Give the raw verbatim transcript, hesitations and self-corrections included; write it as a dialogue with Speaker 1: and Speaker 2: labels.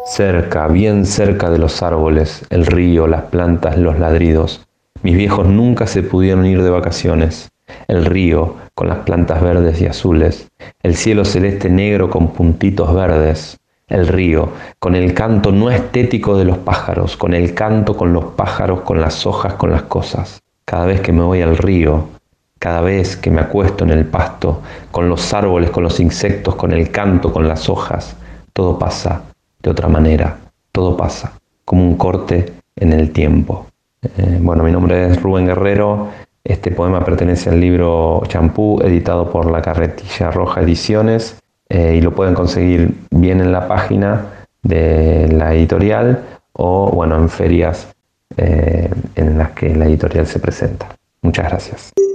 Speaker 1: Cerca, bien cerca de los árboles, el río, las plantas, los ladridos. Mis viejos nunca se pudieron ir de vacaciones. El río, con las plantas verdes y azules. El cielo celeste negro con puntitos verdes. El río, con el canto no estético de los pájaros, con el canto, con los pájaros, con las hojas, con las cosas. Cada vez que me voy al río, cada vez que me acuesto en el pasto, con los árboles, con los insectos, con el canto, con las hojas, todo pasa de otra manera, todo pasa, como un corte en el tiempo. Eh, bueno, mi nombre es Rubén Guerrero, este poema pertenece al libro Champú, editado por La Carretilla Roja Ediciones, eh, y lo pueden conseguir bien en la página de la editorial o, bueno, en ferias eh, en las que la editorial se presenta. Muchas gracias.